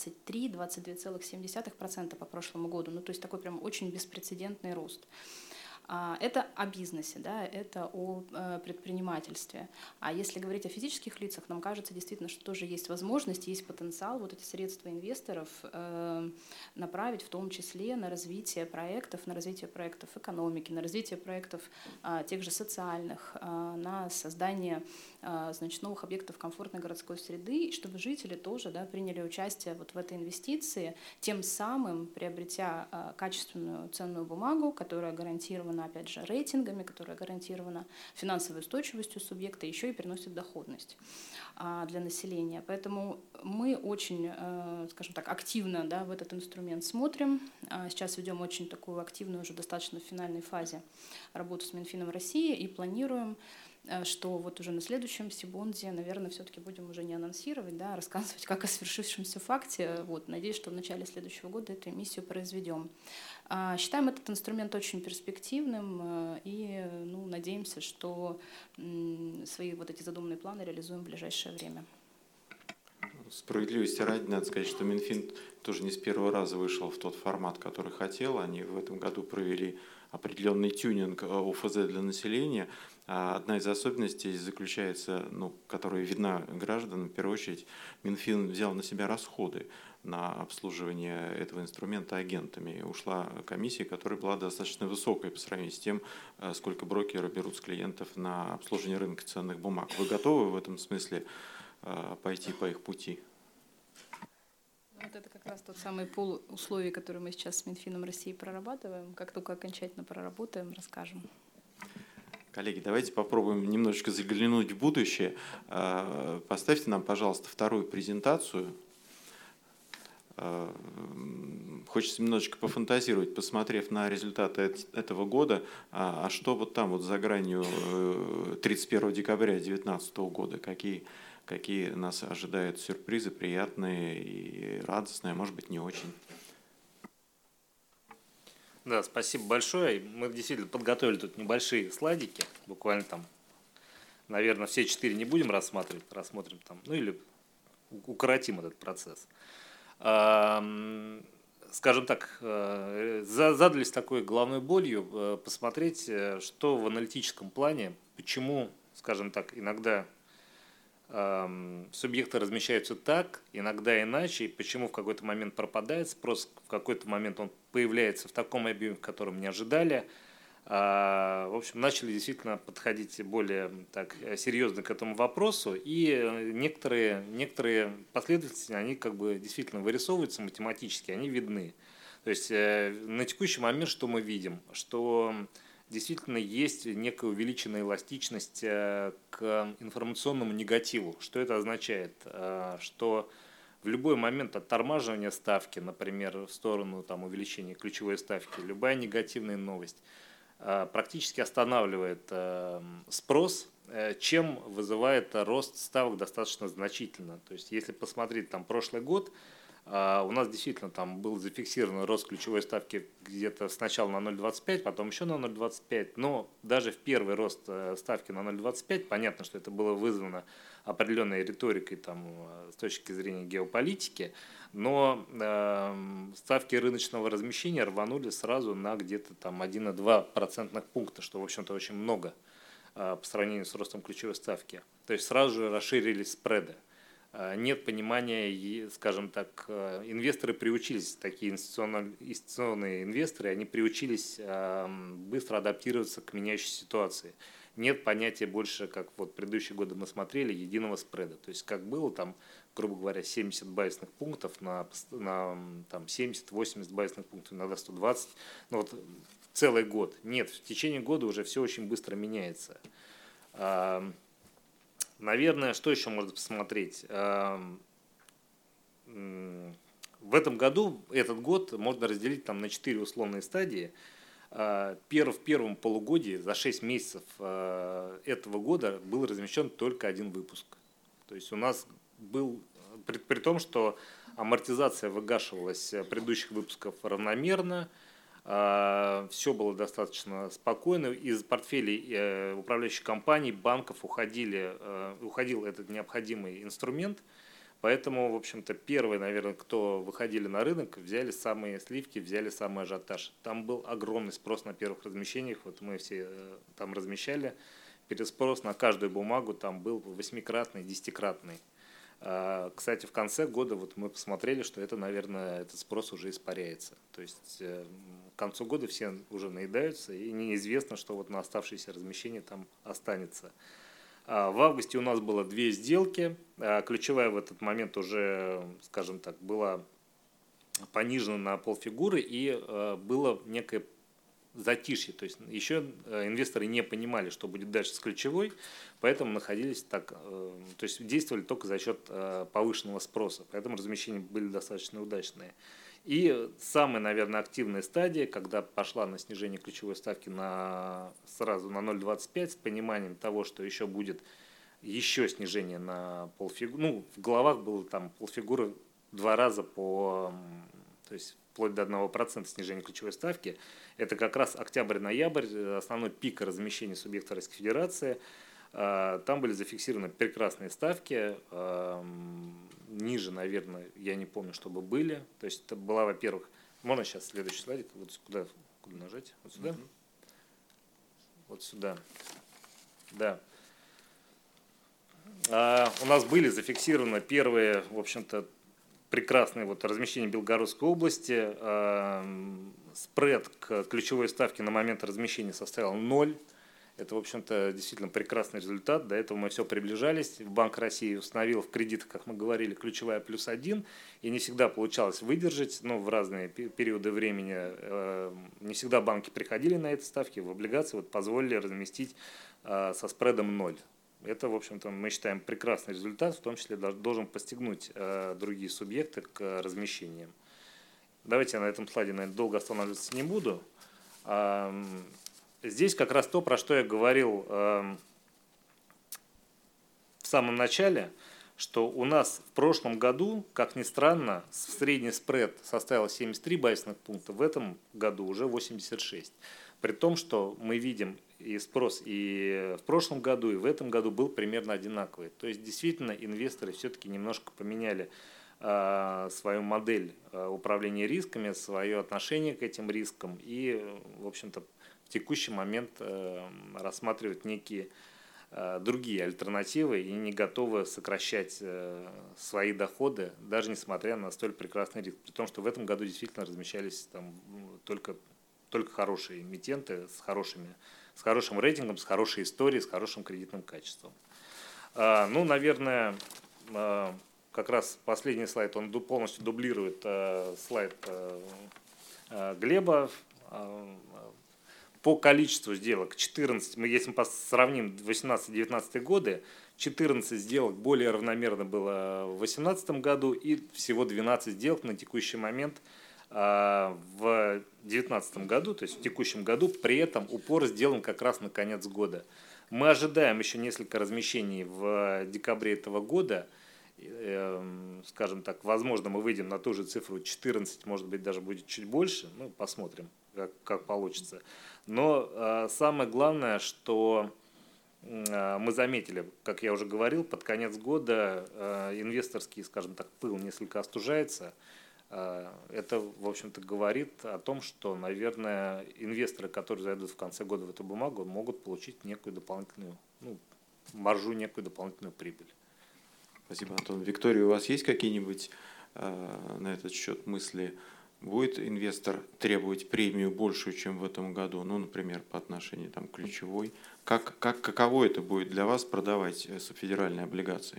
22,7% по прошлому году. Ну, то есть такой прям очень беспрецедентный рост. Это о бизнесе, да, это о предпринимательстве. А если говорить о физических лицах, нам кажется действительно, что тоже есть возможность, есть потенциал вот эти средства инвесторов направить в том числе на развитие проектов экономики, на развитие проектов тех же социальных, на создание, значит, новых объектов комфортной городской среды, чтобы жители тоже, да, приняли участие вот в этой инвестиции, тем самым приобретя качественную ценную бумагу, которая гарантирована, опять же, рейтингами, которая гарантирована финансовой устойчивостью субъекта, еще и приносит доходность для населения. Поэтому мы очень, скажем так, активно, да, в этот инструмент смотрим. Сейчас ведем очень такую активную, уже достаточно в финальной фазе работу с Минфином России и планируем, что вот уже на следующем Сибонде, наверное, все-таки будем уже не анонсировать, да, а рассказывать как о свершившемся факте. Вот, надеюсь, что в начале следующего года эту эмиссию произведем. Считаем этот инструмент очень перспективным и, ну, надеемся, что свои вот эти задуманные планы реализуем в ближайшее время.
Справедливости ради, надо сказать, что Минфин тоже не с первого раза вышел в тот формат, который хотел. Они в этом году провели определенный тюнинг ОФЗ для населения. Одна из особенностей заключается, ну, которая видна гражданам, в первую очередь, Минфин взял на себя расходы на обслуживание этого инструмента агентами. Ушла комиссия, которая была достаточно высокой по сравнению с тем, сколько брокеры берут с клиентов на обслуживание рынка ценных бумаг. Вы готовы в этом смысле пойти по их пути?
Вот это как раз тот самый пул условий, который мы сейчас с Минфином России прорабатываем. Как только окончательно проработаем, расскажем.
Коллеги, давайте попробуем немножечко заглянуть в будущее. Поставьте нам, пожалуйста, вторую презентацию. Хочется немножечко пофантазировать, посмотрев на результаты этого года, а что вот там вот за гранью 31 декабря 2019 года, какие нас ожидают сюрпризы, приятные и радостные, а может быть не очень.
Да, спасибо большое. Мы действительно подготовили тут небольшие слайдики, буквально там, наверное, все 4 не будем рассматривать, рассмотрим там, ну или укоротим этот процесс. Скажем так, задались такой головной болью посмотреть, что в аналитическом плане, почему, скажем так, иногда субъекты размещаются так, иногда иначе, и почему в какой-то момент пропадает спрос, в какой-то момент он появляется в таком объеме, в котором не ожидали. В общем, начали действительно подходить более так серьезно к этому вопросу, и некоторые последовательности, они как бы действительно вырисовываются математически, они видны. То есть на текущий момент что мы видим? Что действительно есть некая увеличенная эластичность к информационному негативу. Что это означает? Что в любой момент оттормаживания ставки, например, в сторону там, увеличения ключевой ставки, любая негативная новость практически останавливает спрос, чем вызывает рост ставок достаточно значительно. То есть если посмотреть там прошлый год, У нас действительно там был зафиксирован рост ключевой ставки где-то сначала на 0,25, потом еще на 0,25. Но даже в первый рост ставки на 0,25, понятно, что это было вызвано определенной риторикой там, с точки зрения геополитики, но ставки рыночного размещения рванули сразу на где-то там 1,2 процентных пункта, что, в общем-то, очень много по сравнению с ростом ключевой ставки. То есть сразу же расширились спреды. Нет понимания, скажем так, инвесторы приучились, такие инвестиционные инвесторы, они приучились быстро адаптироваться к меняющейся ситуации. Нет понятия больше, как вот предыдущие годы мы смотрели, единого спреда. То есть как было там, грубо говоря, 70 базисных пунктов на 70-80 базисных пунктов, иногда 120, ну вот целый год. Нет, в течение года уже все очень быстро меняется. Наверное, что еще можно посмотреть? В этом году, этот год можно разделить там, на 4 условные стадии. В первом полугодии, за 6 месяцев этого года, был размещен только один выпуск. То есть у нас был, при том, что амортизация выгашивалась предыдущих выпусков равномерно, все было достаточно спокойно. Из портфелей управляющих компаний, банков уходил этот необходимый инструмент. Поэтому, в общем-то, первые, наверное, кто выходили на рынок, взяли самые сливки, взяли самый ажиотаж. Там был огромный спрос на первых размещениях. Вот мы все там размещали. Переспрос на каждую бумагу там был 8-кратный, 10-кратный. Кстати, в конце года вот мы посмотрели, что это, наверное, этот спрос уже испаряется. То есть к концу года все уже наедаются, и неизвестно, что вот на оставшееся размещение там останется. В августе у нас было 2 сделки. Ключевая в этот момент уже, скажем так, была понижена на полфигуры, и было некое затишье. То есть еще инвесторы не понимали, что будет дальше с ключевой, поэтому находились так, то есть действовали только за счет повышенного спроса. Поэтому размещения были достаточно удачные. И самая, наверное, активная стадия, когда пошла на снижение ключевой ставки сразу на 0,25 с пониманием того, что еще будет еще снижение на полфигуры. Ну, в головах было там полфигуры 2 раза то есть вплоть до 1% снижения ключевой ставки. Это как раз октябрь-ноябрь, основной пик размещения субъекта Российской Федерации. Там были зафиксированы прекрасные ставки. Ниже, наверное, я не помню, чтобы были. То есть это была, во-первых, можно сейчас следующий слайдик, вот куда нажать? Вот сюда? Вот сюда. Да. У нас были зафиксированы первые, в общем-то, прекрасные вот размещения Белгородской области. Спред к ключевой ставке на момент размещения составил 0. Это, в общем-то, действительно прекрасный результат. До этого мы все приближались. Банк России установил в кредитах, как мы говорили, ключевая +1. И не всегда получалось выдержать, но в разные периоды времени не всегда банки приходили на эти ставки. В облигации вот позволили разместить со спредом 0. Это, в общем-то, мы считаем прекрасный результат, в том числе должен подстегнуть другие субъекты к размещениям. Давайте я на этом слайде, наверное, долго останавливаться не буду. Здесь как раз то, про что я говорил в самом начале, что у нас в прошлом году, как ни странно, средний спред составил 73 базисных пункта, в этом году уже 86. При том, что мы видим и спрос и в прошлом году, и в этом году был примерно одинаковый. То есть действительно инвесторы все-таки немножко поменяли свою модель управления рисками, свое отношение к этим рискам и, в общем-то, в текущий момент рассматривают некие другие альтернативы и не готовы сокращать свои доходы, даже несмотря на столь прекрасный риск. При том, что в этом году действительно размещались там только хорошие эмитенты с хорошим рейтингом, с хорошей историей, с хорошим кредитным качеством. Ну, наверное, как раз последний слайд, он полностью дублирует слайд Глеба. По количеству сделок 14, если мы сравним 18-19 годы, 14 сделок более равномерно было в 2018 году и всего 12 сделок на текущий момент в 2019 году, то есть в текущем году, при этом упор сделан как раз на конец года. Мы ожидаем еще несколько размещений в декабре этого года, скажем так, возможно, мы выйдем на ту же цифру 14, может быть, даже будет чуть больше, ну, посмотрим, как получится. Но самое главное, что мы заметили, как я уже говорил, под конец года инвесторский, скажем так, пыл несколько остужается. Это, в общем-то, говорит о том, что, наверное, инвесторы, которые зайдут в конце года в эту бумагу, могут получить некую дополнительную, ну, маржу, некую дополнительную прибыль.
Спасибо, Антон. Виктория, у вас есть какие-нибудь на этот счет мысли? Будет инвестор требовать премию большую, чем в этом году? Ну, например, по отношению там, к ключевой. Каково это будет для вас продавать субфедеральные облигации?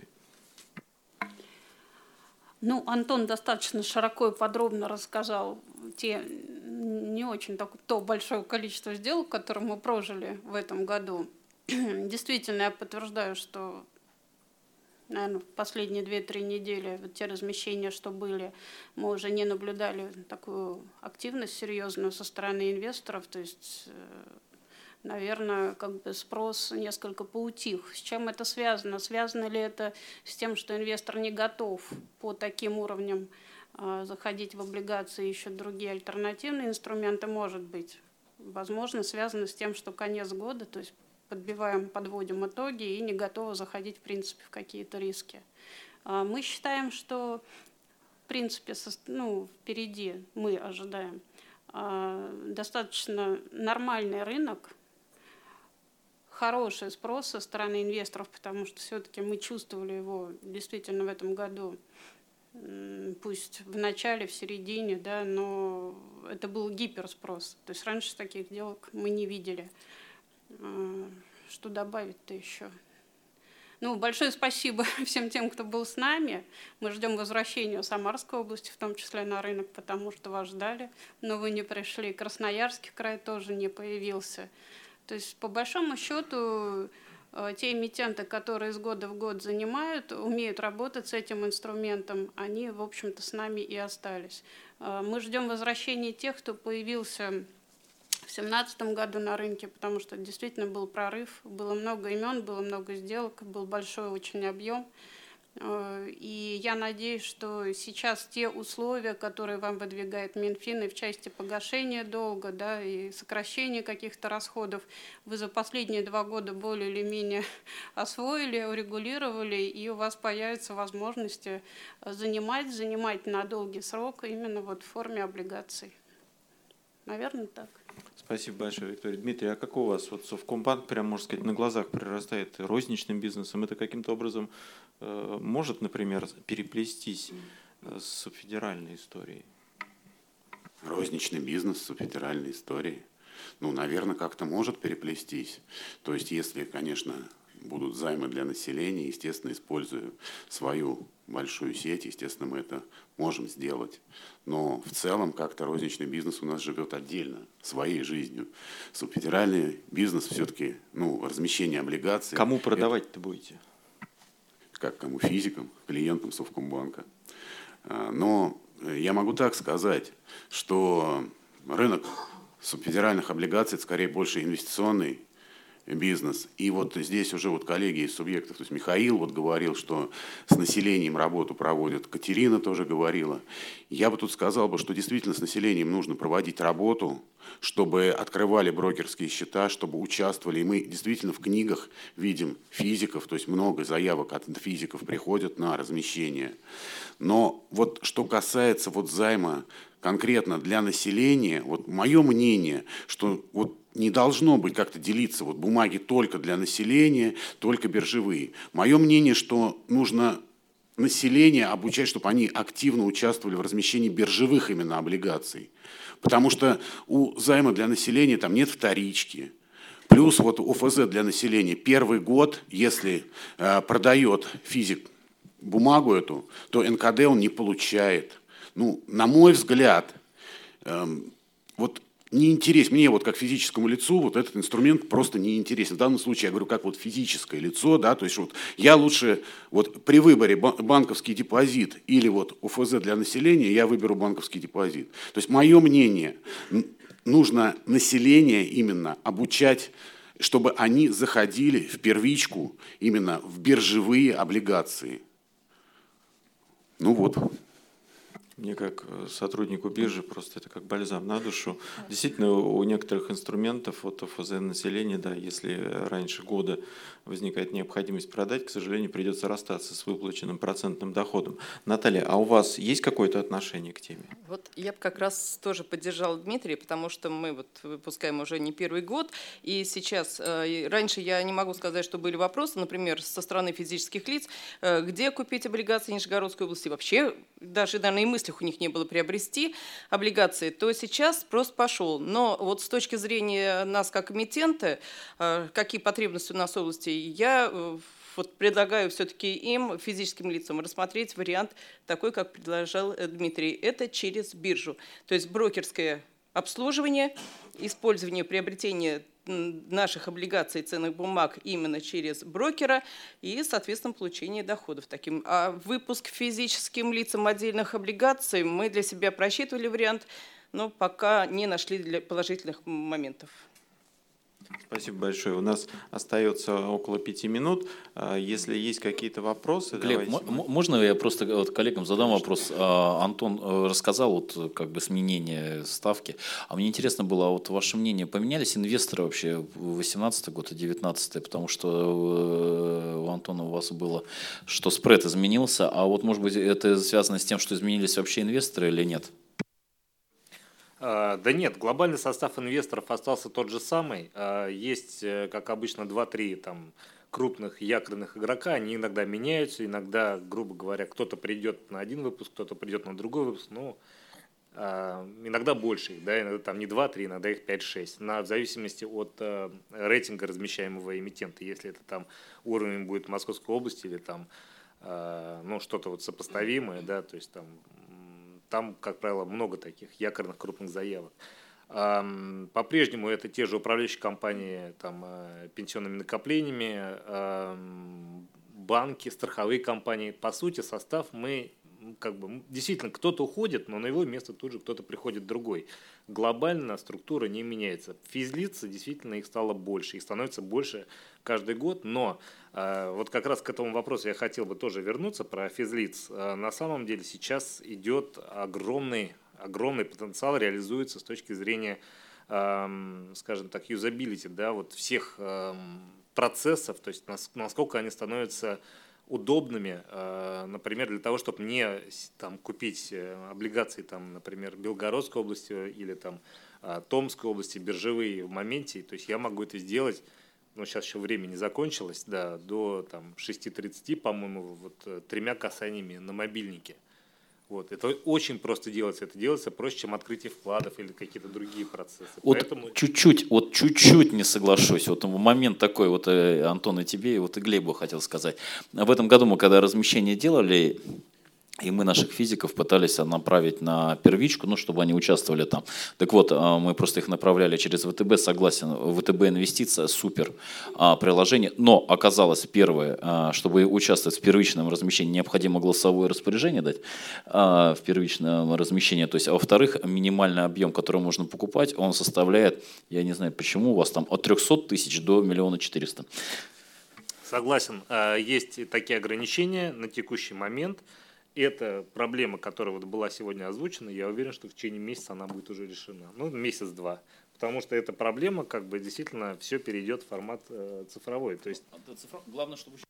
Ну, Антон достаточно широко и подробно рассказал те не очень то большое количество сделок, которые мы прожили в этом году. Действительно, я подтверждаю, что, наверное, в последние 2-3 недели вот те размещения, что были, мы уже не наблюдали такую активность серьезную со стороны инвесторов. То есть, наверное, как бы спрос несколько поутих. С чем это связано? Связано ли это с тем, что инвестор не готов по таким уровням заходить в облигации, ищут другие альтернативные инструменты? Может быть. Возможно, связано с тем, что конец года, то есть подводим итоги и не готовы заходить, в принципе, в какие-то риски. Мы считаем, что, в принципе, впереди мы ожидаем достаточно нормальный рынок, хороший спрос со стороны инвесторов, потому что все-таки мы чувствовали его действительно в этом году, пусть в начале, в середине, да, но это был гиперспрос. То есть раньше таких сделок мы не видели. Что добавить-то еще? Ну, большое спасибо всем тем, кто был с нами. Мы ждем возвращения Самарской области, в том числе на рынок, потому что вас ждали, но вы не пришли. Красноярский край тоже не появился. То есть, по большому счету, те эмитенты, которые из года в год умеют работать с этим инструментом, они, в общем-то, с нами и остались. Мы ждем возвращения тех, кто появился в 2017 году на рынке, потому что действительно был прорыв, было много имен, было много сделок, был большой очень объем. И я надеюсь, что сейчас те условия, которые вам выдвигает Минфин и в части погашения долга, да, и сокращения каких-то расходов, вы за последние 2 года более или менее освоили, урегулировали, и у вас появятся возможности занимать на долгий срок именно вот в форме облигаций. Наверное, так.
Спасибо большое, Виктория. Дмитрий, а как у вас? Вот Совкомбанк, прям, можно сказать, на глазах прирастает розничным бизнесом. Это каким-то образом может, например, переплестись с субфедеральной историей?
Розничный бизнес с субфедеральной историей? Ну, наверное, как-то может переплестись. То есть, если, конечно, будут займы для населения, естественно, используя свою большую сеть, естественно, мы это можем сделать. Но в целом как-то розничный бизнес у нас живет отдельно, своей жизнью. Субфедеральный бизнес все-таки, размещение облигаций.
Кому продавать-то будете?
Как кому? Физикам, клиентам Совкомбанка. Но я могу так сказать, что рынок субфедеральных облигаций это скорее больше инвестиционный бизнес. И вот здесь уже вот коллеги из субъектов, то есть Михаил вот говорил, что с населением работу проводят, Катерина тоже говорила. Я бы тут сказал, что действительно с населением нужно проводить работу, чтобы открывали брокерские счета, чтобы участвовали. И мы действительно в книгах видим физиков, то есть много заявок от физиков приходят на размещение. Но вот что касается вот займа конкретно для населения, вот мое мнение, что вот не должно быть как-то делиться вот бумаги только для населения, только биржевые. Мое мнение, что нужно население обучать, чтобы они активно участвовали в размещении биржевых именно облигаций. Потому что у займа для населения там нет вторички. Плюс вот ОФЗ для населения первый год, если продает физик бумагу эту, то НКД он не получает. Ну, на мой взгляд, вот не интересен, мне вот как физическому лицу вот этот инструмент просто не интересен. В данном случае я говорю как вот физическое лицо, да, то есть вот я лучше вот при выборе банковский депозит или вот ОФЗ для населения я выберу банковский депозит. То есть мое мнение, нужно население именно обучать, чтобы они заходили в первичку именно в биржевые облигации. Ну вот.
Мне как сотруднику биржи просто это как бальзам на душу. Действительно, у некоторых инструментов от ОФЗ населения, да, если раньше года возникает необходимость продать, к сожалению, придется расстаться с выплаченным процентным доходом. Наталья, а у вас есть какое-то отношение к теме?
Вот я бы как раз тоже поддержала Дмитрия, потому что мы вот выпускаем уже не первый год, и сейчас, раньше я не могу сказать, что были вопросы, например, со стороны физических лиц, где купить облигации Нижегородской области, вообще даже, наверное, и мыслях у них не было приобрести облигации, то сейчас спрос пошел. Но вот с точки зрения нас как эмитента, какие потребности у нас в области, я вот предлагаю все-таки им, физическим лицам, рассмотреть вариант такой, как предложил Дмитрий. Это через биржу. То есть брокерское обслуживание, использование, приобретение наших облигаций и ценных бумаг именно через брокера и, соответственно, получение доходов таким. А выпуск физическим лицам отдельных облигаций мы для себя просчитывали вариант, но пока не нашли положительных моментов.
Спасибо большое. У нас остается около 5 минут. Если есть какие-то вопросы,
Глеб,
давайте.
можно я просто вот коллегам задам вопрос? Антон рассказал вот как бы сменение ставки. А мне интересно было, вот ваше мнение, поменялись инвесторы вообще в 2018 год и 2019? Потому что у Антона у вас было, что спред изменился, а вот может быть это связано с тем, что изменились вообще инвесторы или нет?
Да нет, глобальный состав инвесторов остался тот же самый. Есть, как обычно, 2-3 там крупных якорных игрока, они иногда меняются, иногда, грубо говоря, кто-то придет на один выпуск, кто-то придет на другой выпуск, но иногда больше их, да, иногда там не 2-3, иногда их 5-6, в зависимости от рейтинга размещаемого эмитента. Если это там уровень будет в Московской области или там ну, что-то вот сопоставимое, да, то есть там, как правило, много таких якорных крупных заявок. По-прежнему это те же управляющие компании там, пенсионными накоплениями, банки, страховые компании. По сути, состав мы как бы действительно кто-то уходит, но на его место тут же кто-то приходит другой. Глобально структура не меняется. Физлиц действительно их стало больше, их становится больше каждый год, но вот как раз к этому вопросу я хотел бы тоже вернуться про физлиц. На самом деле сейчас идет огромный потенциал, реализуется с точки зрения, скажем так, юзабилити, да, вот всех процессов, то есть насколько они становятся удобными, например, для того, чтобы мне там, купить облигации, там, например, Белгородской области или там, Томской области, биржевые в моменте. То есть я могу это сделать, но сейчас еще время не закончилось, да, до там, 6:30, по-моему, вот, 3 касаниями на мобильнике. Вот. Это очень просто делается. Это делается проще, чем открытие вкладов или какие-то другие процессы.
Вот
Поэтому...
чуть-чуть не соглашусь. Вот момент такой, вот Антон и тебе, и вот и Глебу хотел сказать. В этом году мы, когда размещение делали, и мы наших физиков пытались направить на первичку, ну, чтобы они участвовали там. Так вот, мы просто их направляли через ВТБ, согласен, ВТБ инвестиция, супер приложение. Но оказалось, первое, чтобы участвовать в первичном размещении, необходимо голосовое распоряжение дать в первичном размещении. То есть, а во-вторых, минимальный объем, который можно покупать, он составляет, я не знаю, почему у вас там от 300 тысяч до 1 400 000.
Согласен, есть такие ограничения на текущий момент. Это проблема, которая вот была сегодня озвучена, я уверен, что в течение месяца она будет уже решена. Ну, месяц-два. Потому что эта проблема, как бы, действительно, все перейдет в формат цифровой. То есть
главное, чтобы...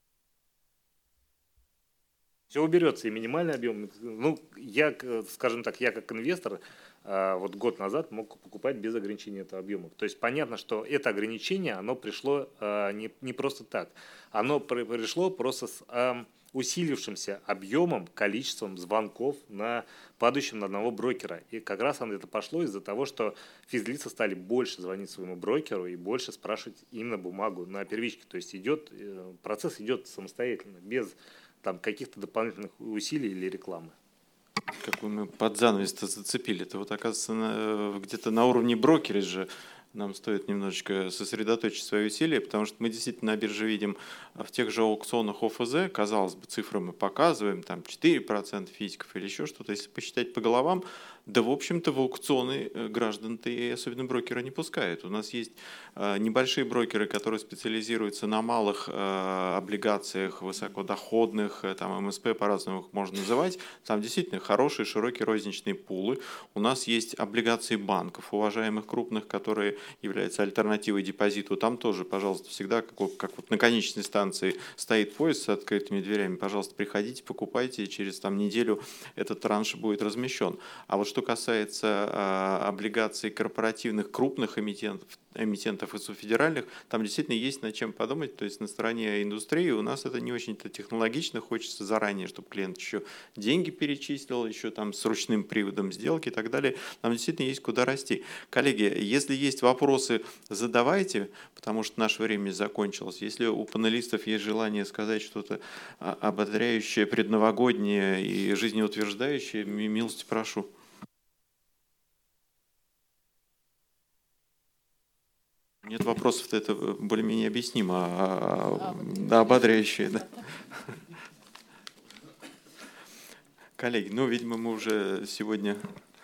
Все уберется, и минимальный объем. Ну, я, скажем так, я как инвестор вот год назад мог покупать без ограничения этого объема. То есть понятно, что это ограничение, оно пришло не просто так. Оно пришло просто с усилившимся объемом, количеством звонков падающим на одного брокера. И как раз это пошло из-за того, что физлица стали больше звонить своему брокеру и больше спрашивать именно бумагу на первичке. То есть процесс идет самостоятельно, без там, каких-то дополнительных усилий или рекламы.
Как мы под занавес-то зацепили. Это вот, оказывается, где-то на уровне брокера же нам стоит немножечко сосредоточить свои усилия, потому что мы действительно на бирже видим в тех же аукционах ОФЗ, казалось бы, цифры мы показываем, там 4% физиков или еще что-то. Если посчитать по головам, Да, в общем-то, в аукционы граждан-то и особенно брокеры не пускают. У нас есть небольшие брокеры, которые специализируются на малых облигациях, высокодоходных, там МСП по-разному их можно называть. Там действительно хорошие, широкие розничные пулы. У нас есть облигации банков, уважаемых крупных, которые являются альтернативой депозиту. Там тоже, пожалуйста, всегда, как вот на конечной станции стоит поезд с открытыми дверями, пожалуйста, приходите, покупайте, и через неделю этот транш будет размещен. А вот что касается облигаций корпоративных крупных эмитентов и субфедеральных, там действительно есть над чем подумать. То есть на стороне индустрии у нас это не очень-то технологично, хочется заранее, чтобы клиент еще деньги перечислил, еще там с ручным приводом сделки и так далее. Нам действительно есть куда расти. Коллеги, если есть вопросы, задавайте, потому что наше время закончилось. Если у панелистов есть желание сказать что-то ободряющее, предновогоднее и жизнеутверждающее, милости прошу. Нет вопросов, это более-менее объяснимо, да, ободряющее. Да. Коллеги, видимо, мы уже сегодня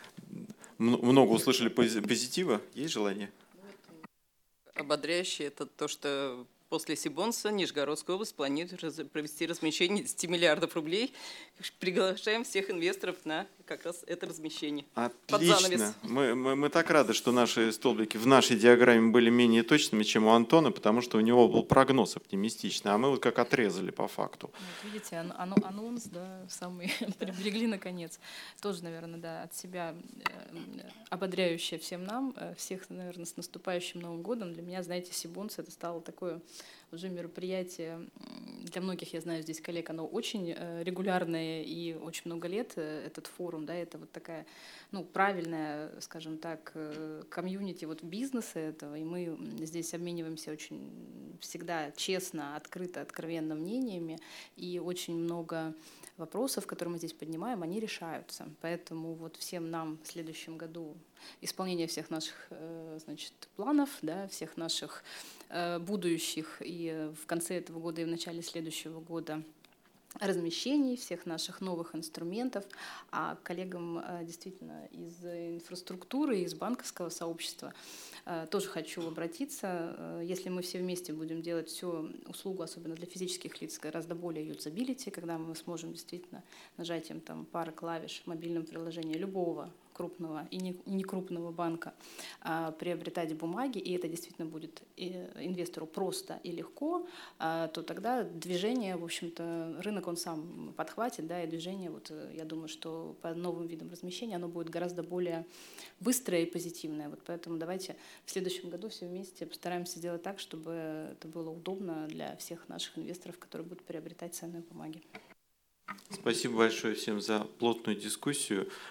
много услышали позитива. Есть желание?
Ободряющее – это то, что после Сибонса Нижегородская область планирует провести размещение 10 миллиардов рублей. Приглашаем всех инвесторов на как раз это размещение.
Отлично. Мы так рады, что наши столбики в нашей диаграмме были менее точными, чем у Антона, потому что у него был прогноз оптимистичный, а мы вот как отрезали по факту.
Вот видите, анонс, да, самый приберегли наконец. Тоже, наверное, да, от себя ободряющее всем нам, всех, наверное, с наступающим Новым годом. Для меня, знаете, Сибонс это стало такое уже мероприятие. Для многих, я знаю, здесь коллег, оно очень регулярное и очень много лет, этот форум, да, это вот такая, правильная, скажем так, комьюнити вот бизнеса этого, и мы здесь обмениваемся очень всегда честно, открыто, откровенно мнениями, и очень много вопросов, которые мы здесь поднимаем, они решаются. Поэтому вот всем нам в следующем году исполнение всех наших, планов, да, всех наших будущих и в конце этого года и в начале следующего года размещений, всех наших новых инструментов, а коллегам действительно из инфраструктуры, из банковского сообщества тоже хочу обратиться. Если мы все вместе будем делать всю услугу, особенно для физических лиц, гораздо более юзабилити, когда мы сможем действительно нажатием пары клавиш в мобильном приложении любого крупного и не крупного банка приобретать бумаги, и это действительно будет инвестору просто и легко, то тогда движение, в общем-то, рынок он сам подхватит, да, и движение, я думаю, что по новым видам размещения оно будет гораздо более быстрое и позитивное. Поэтому давайте в следующем году все вместе постараемся сделать так, чтобы это было удобно для всех наших инвесторов, которые будут приобретать ценные бумаги.
Спасибо большое всем за плотную дискуссию.